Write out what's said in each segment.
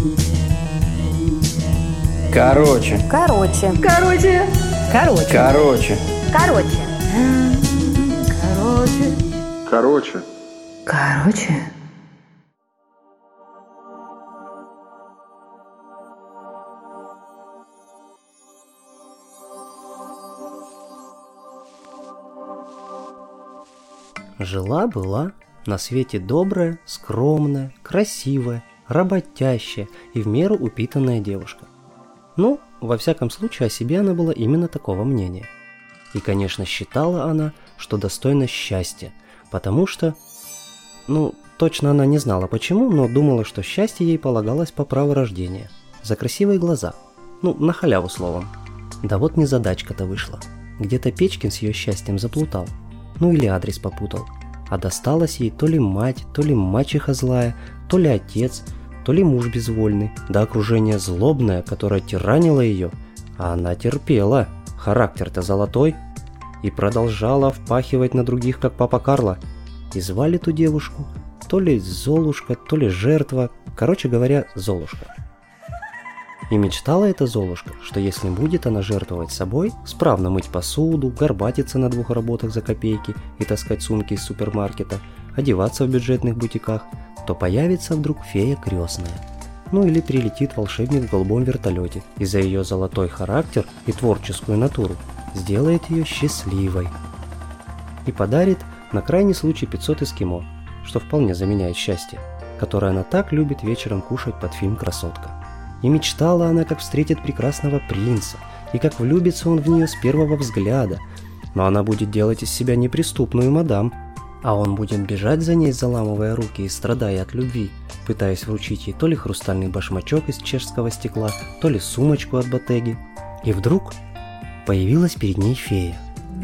Короче. Короче. Короче. Короче. Короче. Короче. Короче. Короче. Жила-была на свете добрая, скромная, красивая, работящая и в меру упитанная девушка. Ну, во всяком случае, о себе она была именно такого мнения. И, конечно, считала она, что достойна счастья, потому что... точно она не знала почему, но думала, что счастье ей полагалось по праву рождения. За красивые глаза. На халяву словом. Да вот незадачка-то вышла. Где-то Печкин с ее счастьем заплутал. Или адрес попутал. А досталась ей то ли мать, то ли мачеха злая, то ли отец, то ли муж безвольный, да окружение злобное, которое тиранило ее. А она терпела, характер-то золотой. И продолжала впахивать на других, как папа Карло. И звали ту девушку то ли Золушка, то ли Жертва, короче говоря, Золушка. И мечтала эта Золушка, что если будет она жертвовать собой, справно мыть посуду, горбатиться на 2 работах за копейки и таскать сумки из супермаркета, одеваться в бюджетных бутиках, то появится вдруг фея крестная. Или прилетит волшебник в голубом вертолете и за ее золотой характер и творческую натуру сделает ее счастливой. И подарит на крайний случай 500 эскимо, что вполне заменяет счастье, которое она так любит вечером кушать под фильм «Красотка». И мечтала она, как встретит прекрасного принца, и как влюбится он в нее с первого взгляда. Но она будет делать из себя неприступную мадам, а он будет бежать за ней, заламывая руки и страдая от любви, пытаясь вручить ей то ли хрустальный башмачок из чешского стекла, то ли сумочку от Ботеги. И вдруг появилась перед ней фея.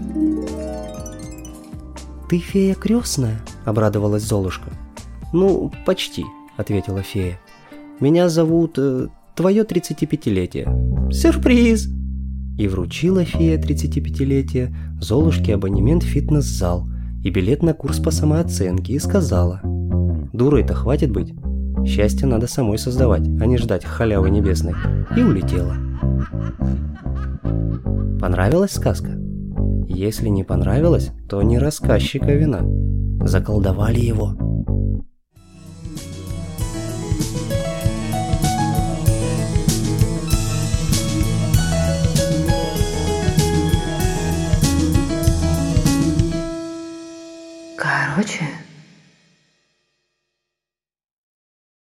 «Ты фея крестная?» – обрадовалась Золушка. Почти», – ответила фея. «Меня зовут... твое 35-летие. Сюрприз!» И вручила фея 35-летие Золушке абонемент в фитнес-зал и билет на курс по самооценке и сказала: «Дурой-то хватит быть. Счастье надо самой создавать, а не ждать халявы небесной». И улетела. Понравилась сказка? Если не понравилось, то не рассказчика вина. Заколдовали его. Короче.